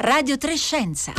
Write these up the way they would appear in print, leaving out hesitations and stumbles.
Radio 3 Scienza.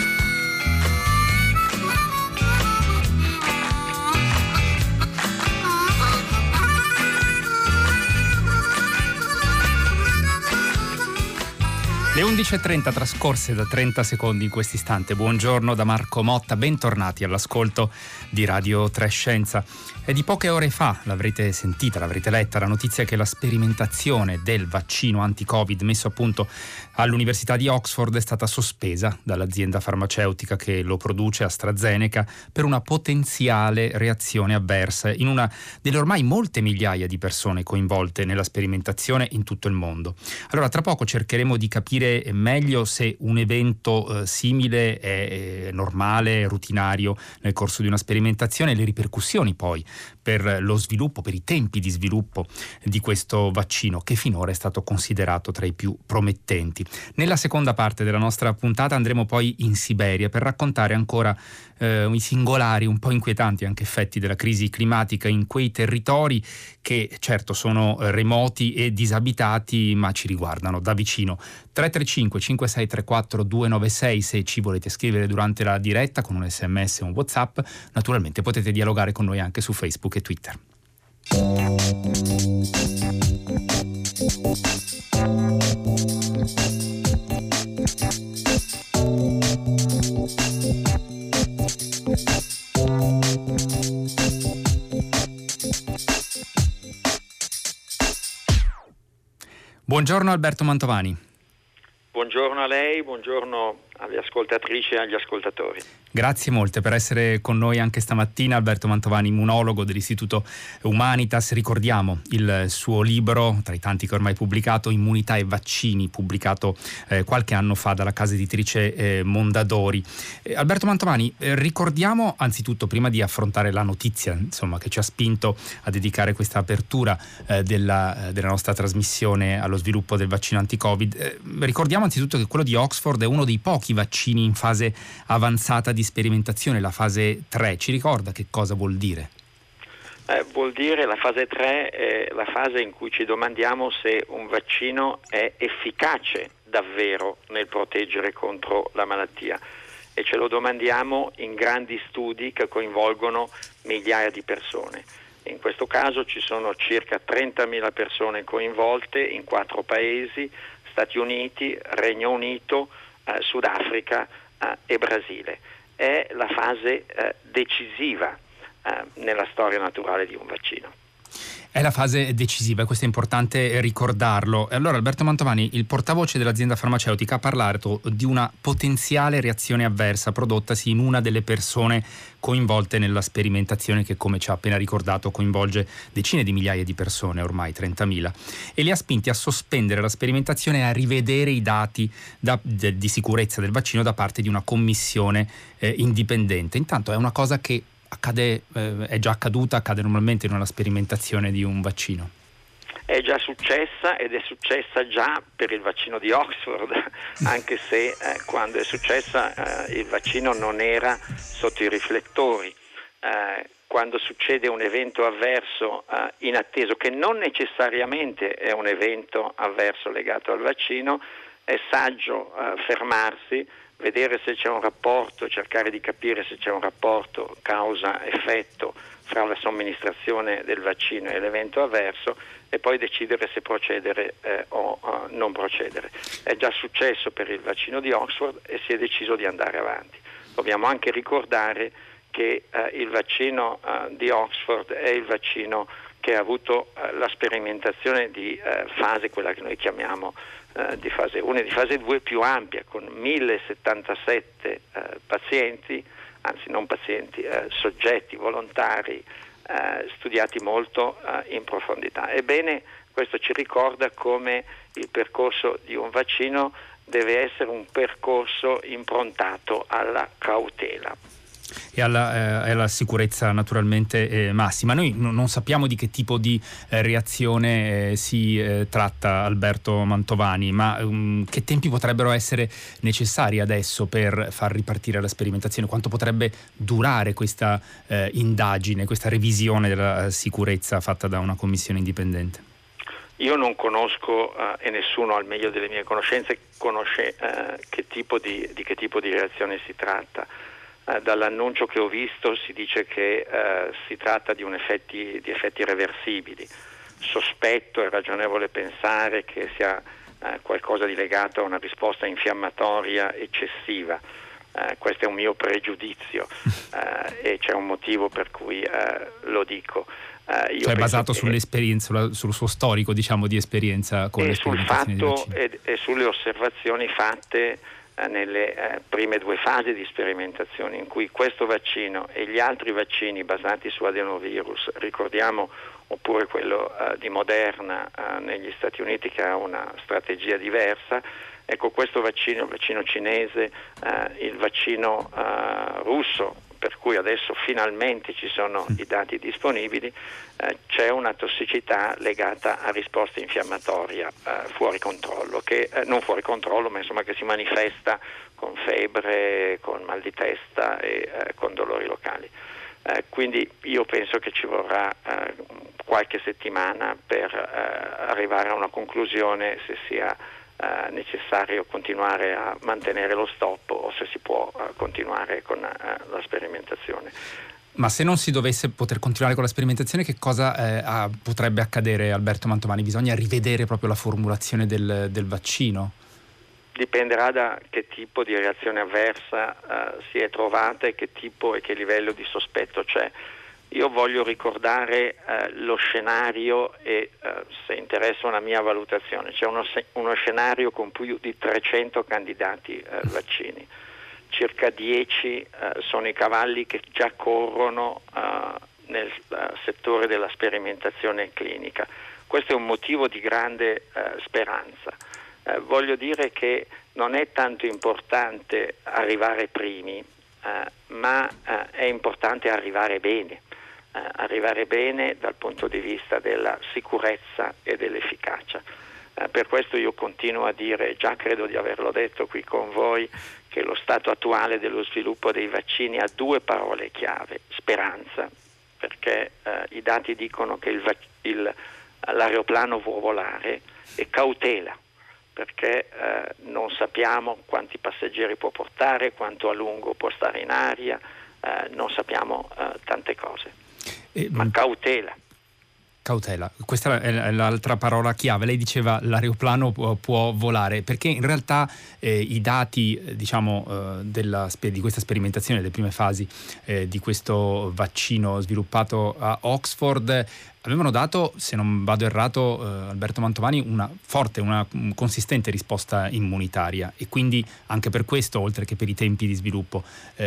Le 11.30 trascorse da 30 secondi in questo istante. Buongiorno da Marco Motta, bentornati all'ascolto di Radio 3 Scienza. È di poche ore fa, l'avrete sentita, l'avrete letta, la notizia che la sperimentazione del vaccino anti-Covid messo a punto all'Università di Oxford è stata sospesa dall'azienda farmaceutica che lo produce, AstraZeneca, per una potenziale reazione avversa in una delle ormai molte migliaia di persone coinvolte nella sperimentazione in tutto il mondo. Allora, tra poco cercheremo di capire meglio se un evento simile è normale, rutinario nel corso di una sperimentazione e le ripercussioni poi per lo sviluppo, per i tempi di sviluppo di questo vaccino che finora è stato considerato tra i più promettenti. Nella seconda parte della nostra puntata andremo poi in Siberia per raccontare ancora i singolari, un po' inquietanti anche effetti della crisi climatica in quei territori che certo sono remoti e disabitati ma ci riguardano da vicino. 335 5634 296 se ci volete scrivere durante la diretta con un SMS o un WhatsApp. Naturalmente potete dialogare con noi anche su Facebook e Twitter. Buongiorno Alberto Mantovani. Buongiorno a lei, buongiorno alle ascoltatrici e agli ascoltatori. Grazie molte per essere con noi anche stamattina. Alberto Mantovani, immunologo dell'Istituto Humanitas. Ricordiamo il suo libro, tra i tanti che ormai pubblicato, Immunità e vaccini, pubblicato qualche anno fa dalla casa editrice Mondadori. Alberto Mantovani, ricordiamo anzitutto, prima di affrontare la notizia insomma che ci ha spinto a dedicare questa apertura della nostra trasmissione allo sviluppo del vaccino anti-Covid, ricordiamo anzitutto che quello di Oxford è uno dei pochi vaccini in fase avanzata di sperimentazione, la fase 3. Ci ricorda che cosa vuol dire? Vuol dire, la fase 3 è la fase in cui ci domandiamo se un vaccino è efficace davvero nel proteggere contro la malattia, e ce lo domandiamo in grandi studi che coinvolgono migliaia di persone. In questo caso ci sono circa 30.000 persone coinvolte in 4 paesi: Stati Uniti, Regno Unito, Sudafrica e Brasile. È la fase decisiva nella storia naturale di un vaccino. È la fase decisiva, questo è importante ricordarlo. E allora Alberto Mantovani, il portavoce dell'azienda farmaceutica, ha parlato di una potenziale reazione avversa prodottasi in una delle persone coinvolte nella sperimentazione che, come ci ha appena ricordato, coinvolge decine di migliaia di persone, ormai 30.000, e li ha spinti a sospendere la sperimentazione e a rivedere i dati di sicurezza del vaccino da parte di una commissione indipendente. Intanto è una cosa che accade, è già accaduta, accade normalmente in una sperimentazione di un vaccino? È già successa, ed è successa già per il vaccino di Oxford, anche se quando è successa il vaccino non era sotto i riflettori. Quando succede un evento avverso inatteso, che non necessariamente è un evento avverso legato al vaccino, è saggio fermarsi, vedere se c'è un rapporto, cercare di capire se c'è un rapporto causa-effetto fra la somministrazione del vaccino e l'evento avverso, e poi decidere se procedere o non procedere. È già successo per il vaccino di Oxford e si è deciso di andare avanti. Dobbiamo anche ricordare che il vaccino di Oxford è il vaccino che ha avuto la sperimentazione di fase, quella che noi chiamiamo di fase 1 e di fase 2 più ampia, con 1077 pazienti, anzi non pazienti, soggetti volontari studiati molto in profondità. Ebbene, questo ci ricorda come il percorso di un vaccino deve essere un percorso improntato alla cautela e alla sicurezza naturalmente massima. Noi non sappiamo di che tipo di reazione si tratta, Alberto Mantovani, ma che tempi potrebbero essere necessari adesso per far ripartire la sperimentazione? Quanto potrebbe durare questa indagine, questa revisione della sicurezza fatta da una commissione indipendente? Io non conosco e nessuno al meglio delle mie conoscenze conosce che tipo di reazione si tratta. Dall'annuncio che ho visto si dice che si tratta di effetti reversibili. Sospetto, è ragionevole pensare che sia qualcosa di legato a una risposta infiammatoria eccessiva. Questo è un mio pregiudizio e c'è un motivo per cui lo dico. Cioè basato sull'esperienza, sul suo storico, diciamo, di esperienza con le sperimentazioni di vaccini. E sulle osservazioni fatte nelle prime 2 fasi di sperimentazione, in cui questo vaccino e gli altri vaccini basati su adenovirus, ricordiamo, oppure quello di Moderna negli Stati Uniti, che ha una strategia diversa. Ecco, questo vaccino, il vaccino cinese, il vaccino russo, per cui adesso finalmente ci sono i dati disponibili, c'è una tossicità legata a risposta infiammatoria fuori controllo, che non fuori controllo, ma insomma che si manifesta con febbre, con mal di testa e con dolori locali. Quindi io penso che ci vorrà qualche settimana per arrivare a una conclusione, se sia necessario continuare a mantenere lo stop o se si può continuare con la sperimentazione. Ma se non si dovesse poter continuare con la sperimentazione, che cosa potrebbe accadere, Alberto Mantovani? Bisogna rivedere proprio la formulazione del vaccino? Dipenderà da che tipo di reazione avversa si è trovata e che tipo e che livello di sospetto c'è. Io voglio ricordare lo scenario e se interessa una mia valutazione. C'è uno scenario con più di 300 candidati vaccini. Circa 10 sono i cavalli che già corrono nel settore della sperimentazione clinica. Questo è un motivo di grande speranza. Voglio dire che non è tanto importante arrivare primi, ma è importante arrivare bene. Arrivare bene dal punto di vista della sicurezza e dell'efficacia. Per questo io continuo a dire, già credo di averlo detto qui con voi, che lo stato attuale dello sviluppo dei vaccini ha 2 parole chiave: speranza, perché i dati dicono che l'aeroplano può volare, e cautela, perché non sappiamo quanti passeggeri può portare, quanto a lungo può stare in aria, non sappiamo tante cose. Ma cautela. Cautela, questa è l'altra parola chiave. Lei diceva l'aeroplano può volare, perché in realtà i dati di questa sperimentazione, delle prime fasi di questo vaccino sviluppato a Oxford avevano dato, se non vado errato, Alberto Mantovani, una consistente risposta immunitaria, e quindi anche per questo, oltre che per i tempi di sviluppo,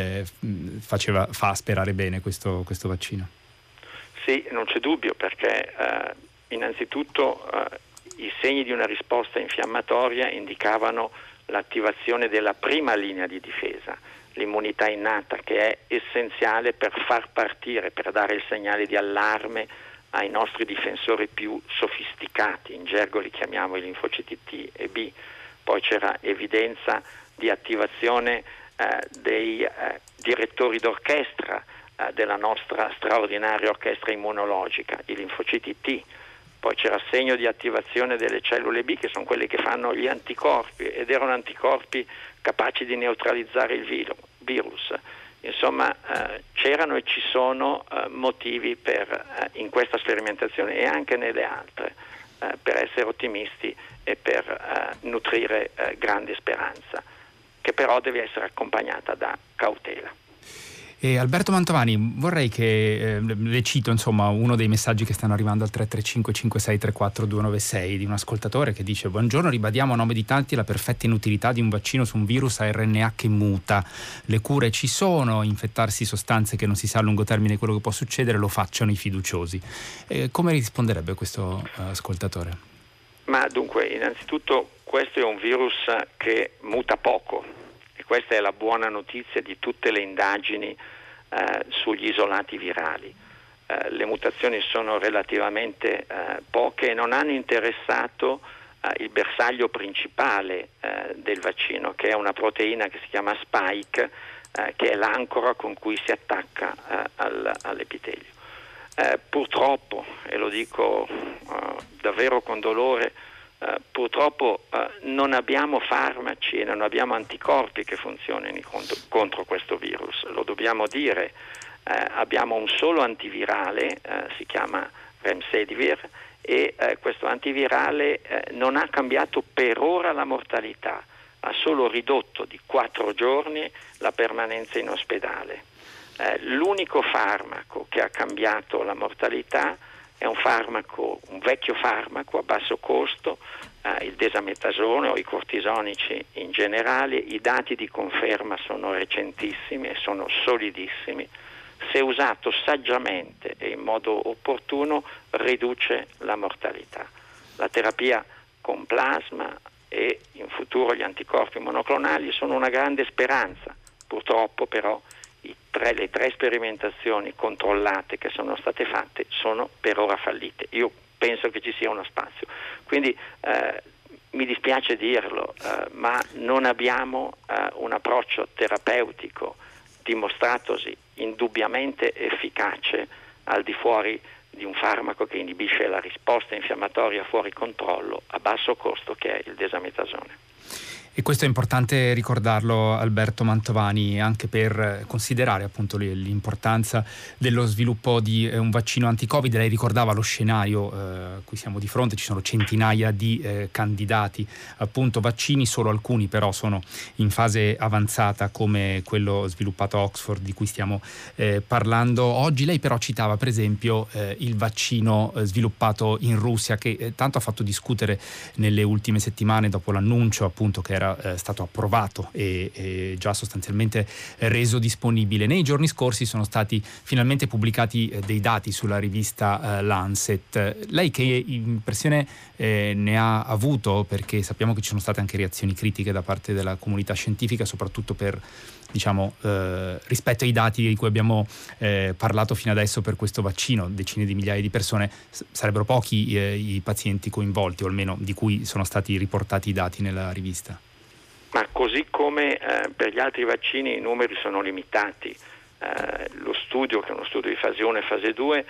fa sperare bene questo vaccino. Sì, non c'è dubbio, perché innanzitutto i segni di una risposta infiammatoria indicavano l'attivazione della prima linea di difesa, l'immunità innata, che è essenziale per far partire, per dare il segnale di allarme ai nostri difensori più sofisticati. In gergo li chiamiamo i linfociti T e B. Poi c'era evidenza di attivazione dei direttori d'orchestra della nostra straordinaria orchestra immunologica, i linfociti T. Poi c'era segno di attivazione delle cellule B, che sono quelle che fanno gli anticorpi, ed erano anticorpi capaci di neutralizzare il virus. Insomma, c'erano e ci sono motivi in questa sperimentazione e anche nelle altre per essere ottimisti e per nutrire grande speranza, che però deve essere accompagnata da cautela. Alberto Mantovani, vorrei che le cito uno dei messaggi che stanno arrivando al 335 5634 296 di un ascoltatore che dice: buongiorno, ribadiamo a nome di tanti la perfetta inutilità di un vaccino su un virus a RNA che muta. Le cure ci sono, infettarsi sostanze che non si sa a lungo termine quello che può succedere, lo facciano i fiduciosi. Come risponderebbe questo ascoltatore? Ma dunque, innanzitutto questo è un virus che muta poco. Questa è la buona notizia di tutte le indagini sugli isolati virali. Le mutazioni sono relativamente poche e non hanno interessato il bersaglio principale del vaccino, che è una proteina che si chiama spike, che è l'ancora con cui si attacca all'epitelio. Purtroppo, e lo dico davvero con dolore, purtroppo non abbiamo farmaci e non abbiamo anticorpi che funzionino contro questo virus, lo dobbiamo dire. Abbiamo un solo antivirale, si chiama Remdesivir, e questo antivirale non ha cambiato per ora la mortalità, ha solo ridotto di 4 giorni la permanenza in ospedale. L'unico farmaco che ha cambiato la mortalità è un vecchio farmaco a basso costo, il desametasone o i cortisonici in generale. I dati di conferma sono recentissimi e sono solidissimi. Se usato saggiamente e in modo opportuno riduce la mortalità. La terapia con plasma e in futuro gli anticorpi monoclonali sono una grande speranza. Purtroppo però le 3 sperimentazioni controllate che sono state fatte sono per ora fallite. Io penso che ci sia uno spazio. Quindi mi dispiace dirlo, ma non abbiamo un approccio terapeutico dimostratosi indubbiamente efficace al di fuori di un farmaco che inibisce la risposta infiammatoria fuori controllo a basso costo, che è il desametasone. E questo è importante ricordarlo, Alberto Mantovani, anche per considerare appunto l'importanza dello sviluppo di un vaccino anti-Covid. Lei ricordava lo scenario a cui siamo di fronte, ci sono centinaia di candidati, appunto vaccini, solo alcuni però sono in fase avanzata come quello sviluppato a Oxford di cui stiamo parlando oggi. Lei però citava per esempio il vaccino sviluppato in Russia, che tanto ha fatto discutere nelle ultime settimane dopo l'annuncio appunto che era stato approvato e già sostanzialmente reso disponibile. Nei giorni scorsi sono stati finalmente pubblicati dei dati sulla rivista Lancet. Lei che impressione ne ha avuto? Perché sappiamo che ci sono state anche reazioni critiche da parte della comunità scientifica, soprattutto per rispetto ai dati di cui abbiamo parlato fino adesso per questo vaccino. Decine di migliaia di persone, sarebbero pochi i pazienti coinvolti, o almeno di cui sono stati riportati i dati nella rivista. Ma così come per gli altri vaccini i numeri sono limitati. Lo studio, che è uno studio di fase 1 e fase 2,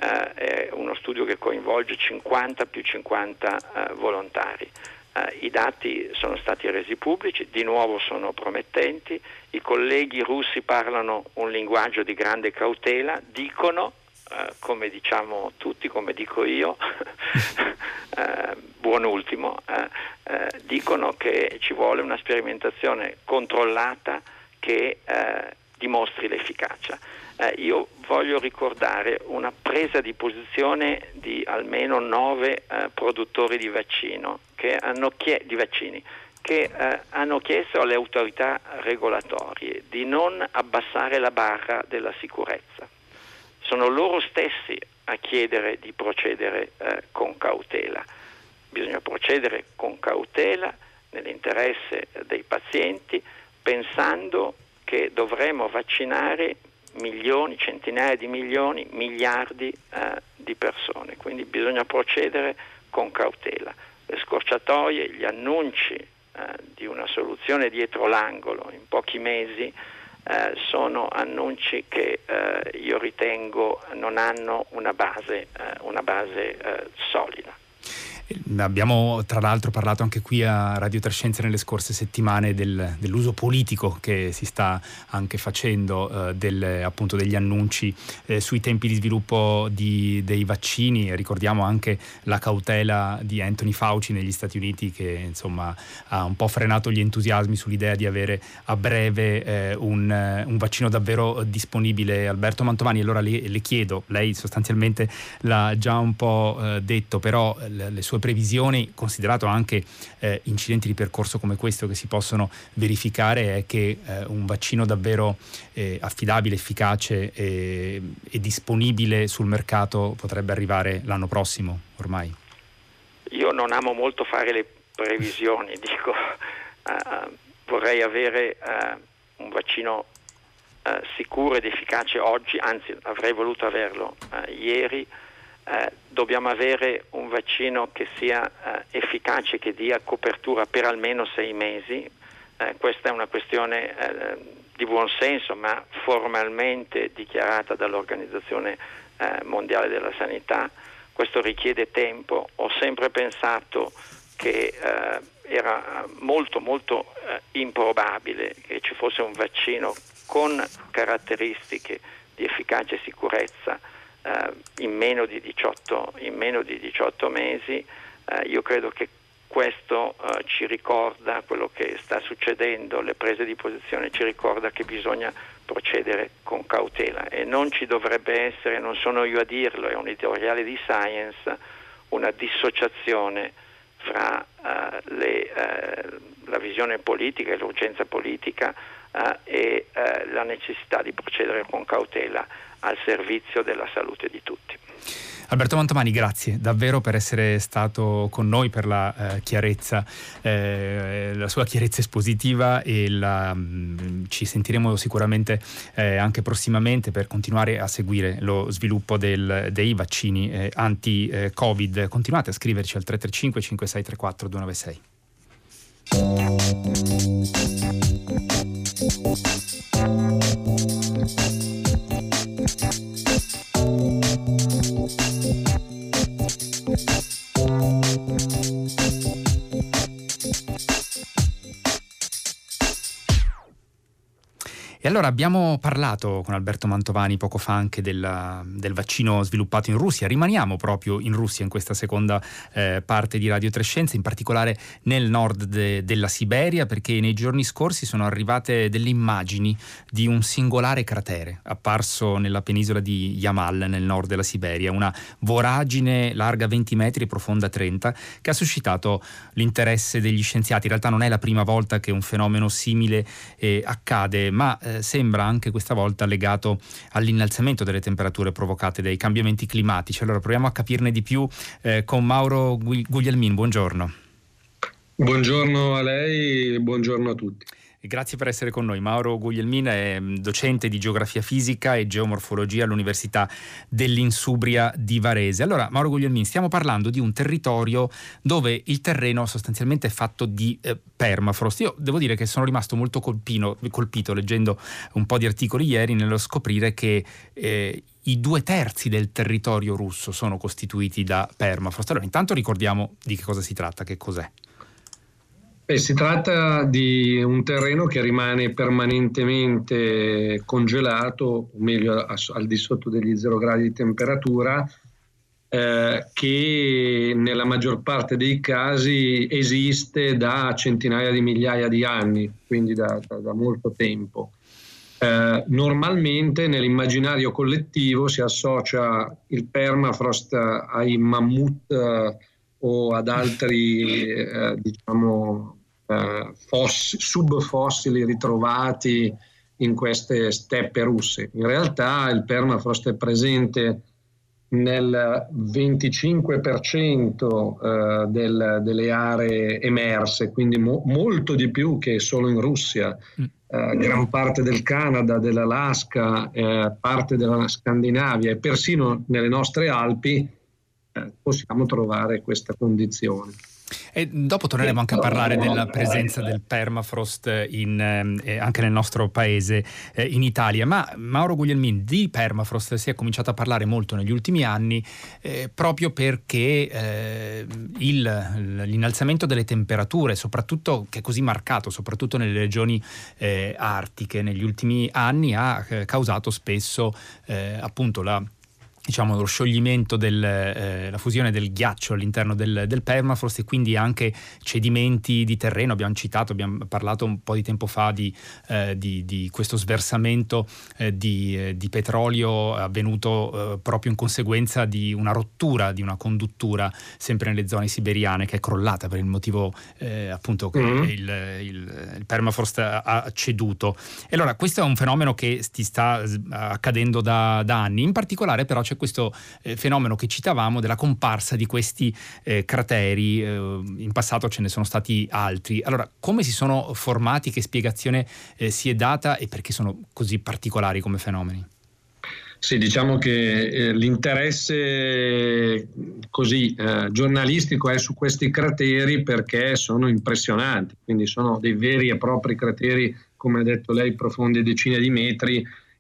è uno studio che coinvolge 50 più 50 volontari. I dati sono stati resi pubblici, di nuovo sono promettenti. I colleghi russi parlano un linguaggio di grande cautela, dicono, come diciamo tutti, come dico io, buon ultimo, dicono che ci vuole una sperimentazione controllata che dimostri l'efficacia. Io voglio ricordare una presa di posizione di almeno 9 produttori di vaccini che hanno chiesto alle autorità regolatorie di non abbassare la barra della sicurezza. Sono loro stessi a chiedere di procedere con cautela. Bisogna procedere con cautela nell'interesse dei pazienti, pensando che dovremo vaccinare milioni, centinaia di milioni, miliardi di persone. Quindi bisogna procedere con cautela. Le scorciatoie, gli annunci di una soluzione dietro l'angolo in pochi mesi sono annunci che io ritengo non hanno una base solida. Abbiamo tra l'altro parlato anche qui a Radio Trescenza nelle scorse settimane dell'uso politico che si sta anche facendo appunto degli annunci sui tempi di sviluppo dei vaccini. Ricordiamo anche la cautela di Anthony Fauci negli Stati Uniti, che insomma ha un po' frenato gli entusiasmi sull'idea di avere a breve un vaccino davvero disponibile. Alberto Mantovani, allora le chiedo, lei sostanzialmente l'ha già un po' detto, però le sue previsioni, considerato anche incidenti di percorso come questo che si possono verificare, è che un vaccino davvero affidabile, efficace e disponibile sul mercato potrebbe arrivare l'anno prossimo ormai? Io non amo molto fare le previsioni, vorrei avere un vaccino sicuro ed efficace oggi, anzi avrei voluto averlo ieri. Dobbiamo avere un vaccino che sia efficace, che dia copertura per almeno 6 mesi. Questa è una questione di buon senso, ma formalmente dichiarata dall'Organizzazione mondiale della sanità. Questo richiede tempo. Ho sempre pensato che era molto improbabile che ci fosse un vaccino con caratteristiche di efficacia e sicurezza in meno di 18 mesi. Io credo che questo ci ricorda quello che sta succedendo, le prese di posizione ci ricorda che bisogna procedere con cautela e non ci dovrebbe essere, non sono io a dirlo, è un editoriale di Science, una dissociazione fra la visione politica e l'urgenza politica e la necessità di procedere con cautela al servizio della salute di tutti. Alberto Mantovani, grazie davvero per essere stato con noi, per la chiarezza, la sua chiarezza espositiva, e ci sentiremo sicuramente anche prossimamente per continuare a seguire lo sviluppo dei vaccini anti-Covid. Continuate a scriverci al 335 5634 296. E allora abbiamo parlato con Alberto Mantovani poco fa anche del vaccino sviluppato in Russia. Rimaniamo proprio in Russia in questa seconda parte di Radio Trescenza, in particolare nel nord della Siberia, perché nei giorni scorsi sono arrivate delle immagini di un singolare cratere apparso nella penisola di Yamal nel nord della Siberia, una voragine larga 20 metri e profonda 30, che ha suscitato l'interesse degli scienziati. In realtà non è la prima volta che un fenomeno simile accade, ma sembra anche questa volta legato all'innalzamento delle temperature provocate dai cambiamenti climatici. Allora proviamo a capirne di più con Mauro Guglielmin. Buongiorno. Buongiorno a lei e buongiorno a tutti. Grazie per essere con noi. Mauro Guglielmin è docente di geografia fisica e geomorfologia all'Università dell'Insubria di Varese. Allora, Mauro Guglielmin, stiamo parlando di un territorio dove il terreno sostanzialmente è fatto di permafrost. Io devo dire che sono rimasto molto colpito leggendo un po' di articoli ieri nello scoprire che i 2/3 del territorio russo sono costituiti da permafrost. Allora, intanto ricordiamo di che cosa si tratta, che cos'è. Si tratta di un terreno che rimane permanentemente congelato, o meglio al di sotto degli 0 gradi di temperatura, che nella maggior parte dei casi esiste da centinaia di migliaia di anni, quindi da molto tempo. Normalmente nell'immaginario collettivo si associa il permafrost ai mammut o ad altri subfossili ritrovati in queste steppe russe. In realtà il permafrost è presente nel 25% delle aree emerse, quindi molto di più che solo in Russia. Gran parte del Canada, dell'Alaska, parte della Scandinavia e persino nelle nostre Alpi possiamo trovare questa condizione. E dopo torneremo anche a parlare della presenza del permafrost anche nel nostro paese, in Italia. Ma Mauro Guglielmin, di permafrost si è cominciato a parlare molto negli ultimi anni, proprio perché l'innalzamento delle temperature, soprattutto che è così marcato, soprattutto nelle regioni artiche, negli ultimi anni ha causato spesso appunto lo scioglimento la fusione del ghiaccio all'interno del permafrost, e quindi anche cedimenti di terreno. Abbiamo parlato un po' di tempo fa di questo sversamento di petrolio avvenuto proprio in conseguenza di una rottura di una conduttura sempre nelle zone siberiane, che è crollata per il motivo appunto che il permafrost ha ceduto. E allora questo è un fenomeno che ti sta accadendo da anni. In particolare però c'è questo fenomeno che citavamo della comparsa di questi crateri. In passato ce ne sono stati altri. Allora, come si sono formati, che spiegazione si è data e perché sono così particolari come fenomeni? Sì, diciamo che l'interesse giornalistico è su questi crateri perché sono impressionanti, quindi sono dei veri e propri crateri, come ha detto lei, profondi decine di metri,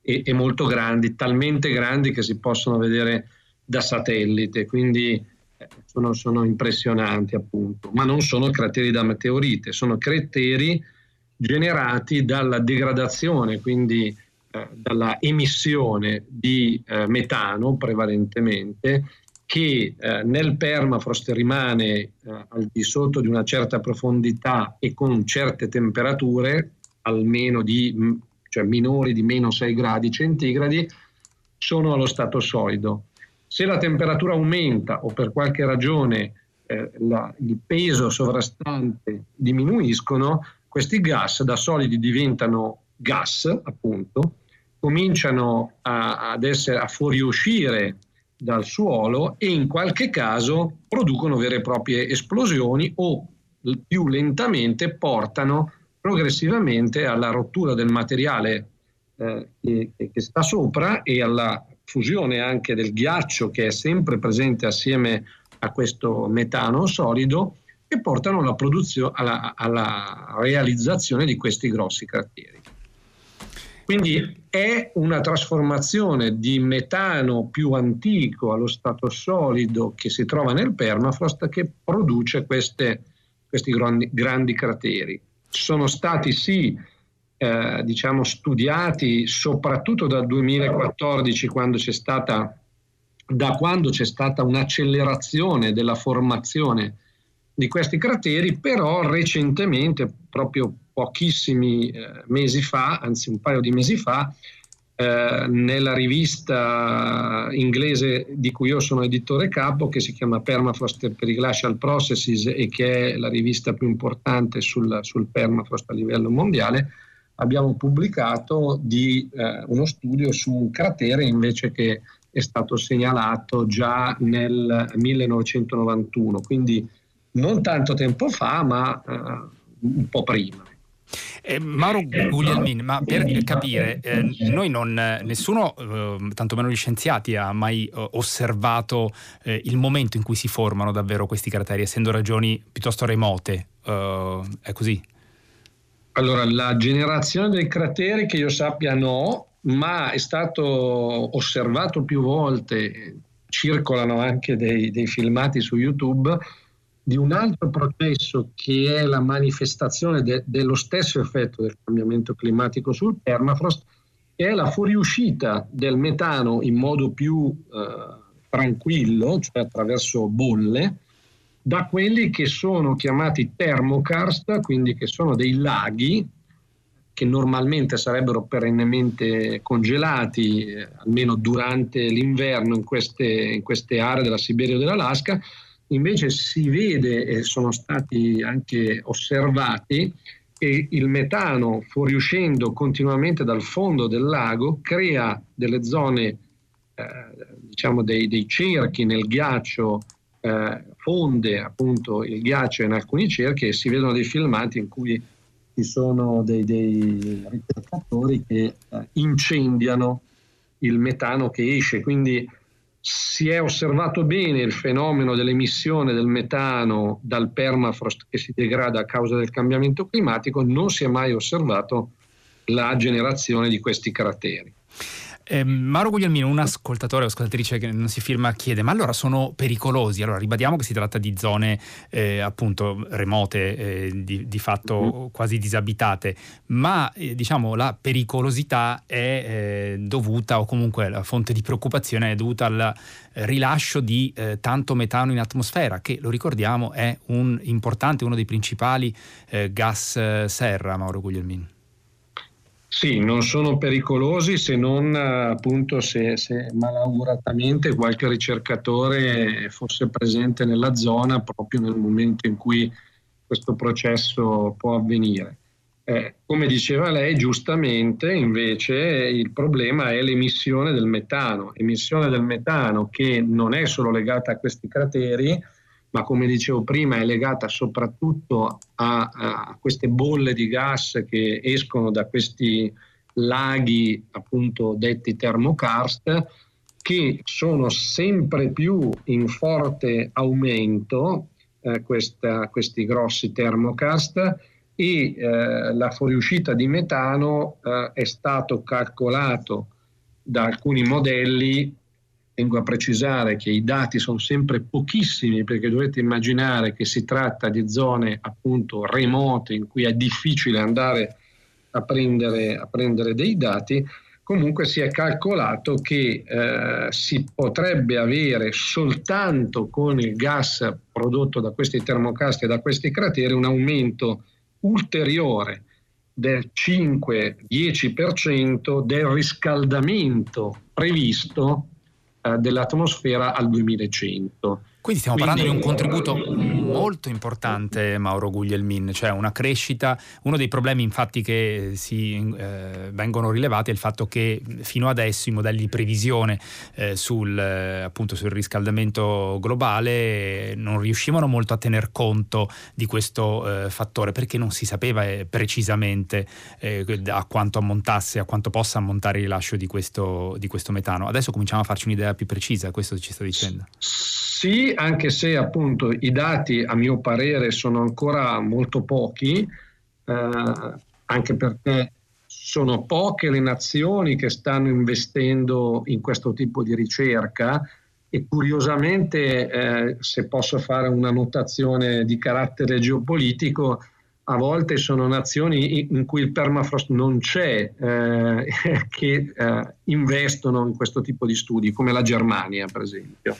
e molto grandi, talmente grandi che si possono vedere da satellite, quindi sono impressionanti appunto, ma non sono crateri da meteorite, sono crateri generati dalla degradazione, quindi dalla emissione di metano prevalentemente, che nel permafrost rimane al di sotto di una certa profondità e con certe temperature, almeno cioè minori di meno 6 gradi centigradi, sono allo stato solido. Se la temperatura aumenta o per qualche ragione il peso sovrastante diminuiscono, questi gas da solidi diventano gas, appunto, cominciano a fuoriuscire dal suolo e in qualche caso producono vere e proprie esplosioni o più lentamente portano progressivamente alla rottura del materiale che sta sopra e alla fusione anche del ghiaccio che è sempre presente assieme a questo metano solido, che portano alla realizzazione di questi grossi crateri. Quindi è una trasformazione di metano più antico allo stato solido che si trova nel permafrost che produce questi grandi crateri. Sono stati studiati soprattutto dal 2014, da quando c'è stata un'accelerazione della formazione di questi crateri, però recentemente, proprio pochissimi mesi fa, anzi un paio di mesi fa, nella rivista inglese di cui io sono editore capo, che si chiama Permafrost Periglacial Processes e che è la rivista più importante sul permafrost a livello mondiale, abbiamo pubblicato uno studio su un cratere invece che è stato segnalato già nel 1991, quindi non tanto tempo fa, ma un po' prima. Mauro Guglielmin, ma per capire, noi nessuno, tantomeno gli scienziati, ha mai osservato il momento in cui si formano davvero questi crateri, essendo regioni piuttosto remote. È così? Allora, la generazione dei crateri che io sappia no, ma è stato osservato più volte, circolano anche dei filmati su YouTube, di un altro processo che è la manifestazione dello stesso effetto del cambiamento climatico sul permafrost, che è la fuoriuscita del metano in modo più tranquillo, cioè attraverso bolle, da quelli che sono chiamati termokarst, quindi che sono dei laghi che normalmente sarebbero perennemente congelati, almeno durante l'inverno in queste aree della Siberia o dell'Alaska. Invece si vede, e sono stati anche osservati, che il metano fuoriuscendo continuamente dal fondo del lago crea delle zone, dei cerchi nel ghiaccio, fonde appunto il ghiaccio in alcuni cerchi e si vedono dei filmati in cui ci sono dei ricercatori che incendiano il metano che esce, quindi si è osservato bene il fenomeno dell'emissione del metano dal permafrost che si degrada a causa del cambiamento climatico, non si è mai osservato la generazione di questi crateri. Mauro Guglielmino, un ascoltatore o ascoltatrice che non si firma, chiede: ma allora sono pericolosi? Allora ribadiamo che si tratta di zone appunto remote, di fatto quasi disabitate, ma diciamo la pericolosità è dovuta, o comunque la fonte di preoccupazione è dovuta al rilascio di tanto metano in atmosfera, che lo ricordiamo è uno dei principali gas serra, Mauro Guglielmin. Sì, non sono pericolosi se non appunto se malauguratamente qualche ricercatore fosse presente nella zona proprio nel momento in cui questo processo può avvenire. Come diceva lei giustamente, invece il problema è l'emissione del metano che non è solo legata a questi crateri, ma come dicevo prima è legata soprattutto a queste bolle di gas che escono da questi laghi appunto detti termokarst, che sono sempre più in forte aumento, questi grossi termokarst, e la fuoriuscita di metano è stato calcolato da alcuni modelli. Tengo a precisare che i dati sono sempre pochissimi, perché dovete immaginare che si tratta di zone appunto remote in cui è difficile andare a prendere dei dati. Comunque si è calcolato che si potrebbe avere soltanto con il gas prodotto da questi termocastri e da questi crateri un aumento ulteriore del 5-10% del riscaldamento previsto dell'atmosfera al 2100. Quindi stiamo parlando di un contributo molto importante, Mauro Guglielmin, cioè una crescita. Uno dei problemi infatti che vengono rilevati è il fatto che fino adesso i modelli di previsione sul riscaldamento globale non riuscivano molto a tener conto di questo fattore, perché non si sapeva precisamente a quanto ammontasse, a quanto possa ammontare il rilascio di questo metano. Adesso cominciamo a farci un'idea più precisa, questo ci sta dicendo. Sì, anche se appunto i dati a mio parere sono ancora molto pochi, anche perché sono poche le nazioni che stanno investendo in questo tipo di ricerca, e curiosamente, se posso fare una notazione di carattere geopolitico, a volte sono nazioni in cui il permafrost non c'è, che investono in questo tipo di studi, come la Germania per esempio.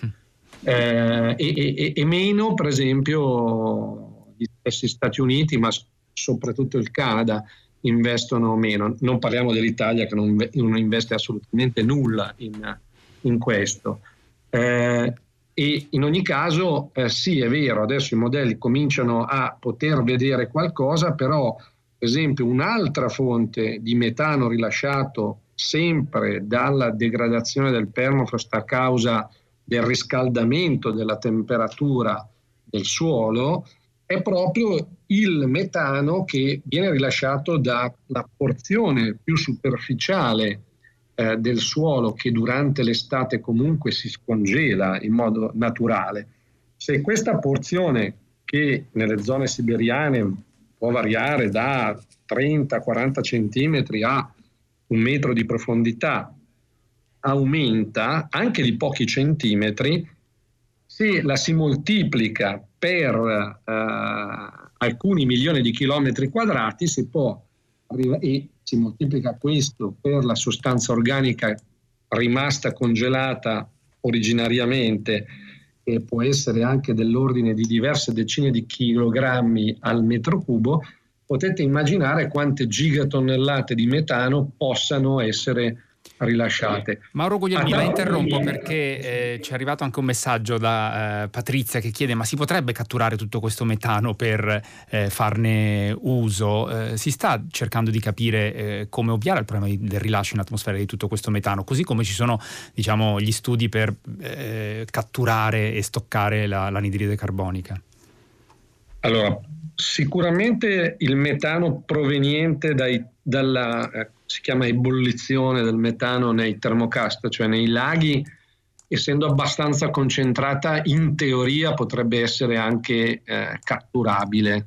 E meno per esempio gli stessi Stati Uniti, ma soprattutto il Canada investono meno. Non parliamo dell'Italia, che non investe assolutamente nulla in questo. E in ogni caso sì, è vero, adesso i modelli cominciano a poter vedere qualcosa, però per esempio un'altra fonte di metano rilasciato sempre dalla degradazione del permafrost a causa del riscaldamento della temperatura del suolo è proprio il metano che viene rilasciato dalla porzione più superficiale del suolo, che durante l'estate comunque si scongela in modo naturale. Se questa porzione, che nelle zone siberiane può variare da 30-40 centimetri a 1 metro di profondità, aumenta anche di pochi centimetri, se la si moltiplica per alcuni milioni di chilometri quadrati, si può arrivare, e si moltiplica questo per la sostanza organica rimasta congelata originariamente, e può essere anche dell'ordine di diverse decine di chilogrammi al metro cubo, potete immaginare quante gigatonnellate di metano possano essere rilasciate. Mauro Guglielmin, la interrompo perché ci è arrivato anche un messaggio da Patrizia che chiede: ma si potrebbe catturare tutto questo metano per farne uso? Si sta cercando di capire come ovviare al problema del rilascio in atmosfera di tutto questo metano, così come ci sono, diciamo, gli studi per catturare e stoccare l'anidride carbonica. Allora, sicuramente il metano proveniente dalla si chiama ebollizione del metano nei termocast, cioè nei laghi, essendo abbastanza concentrata, in teoria potrebbe essere anche catturabile.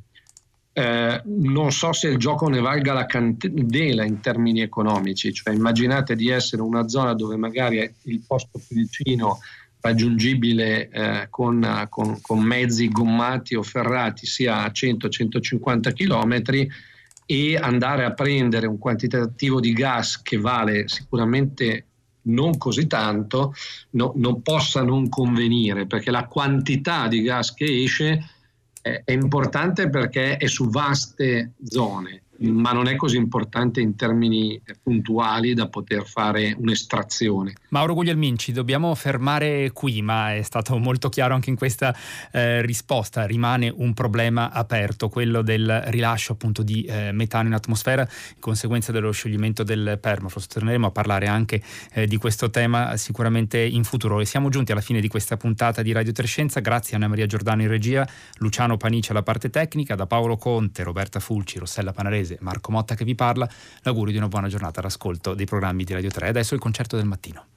Non so se il gioco ne valga la candela in termini economici, cioè immaginate di essere una zona dove magari il posto più vicino raggiungibile con mezzi gommati o ferrati sia a 100-150 chilometri, e andare a prendere un quantitativo di gas che vale sicuramente non così tanto, non possa non convenire, perché la quantità di gas che esce è importante perché è su vaste zone, ma non è così importante in termini puntuali da poter fare un'estrazione. Mauro Guglielmin, ci dobbiamo fermare qui, ma è stato molto chiaro anche in questa risposta. Rimane un problema aperto, quello del rilascio appunto di metano in atmosfera in conseguenza dello scioglimento del permafrost. Torneremo a parlare anche di questo tema sicuramente in futuro. E siamo giunti alla fine di questa puntata di Radio Trescenza. Grazie a Anna Maria Giordano in regia, Luciano Panici alla parte tecnica, da Paolo Conte, Roberta Fulci, Rossella Panarese, Marco Motta che vi parla. L'augurio di una buona giornata all'ascolto dei programmi di Radio 3. Adesso il concerto del mattino.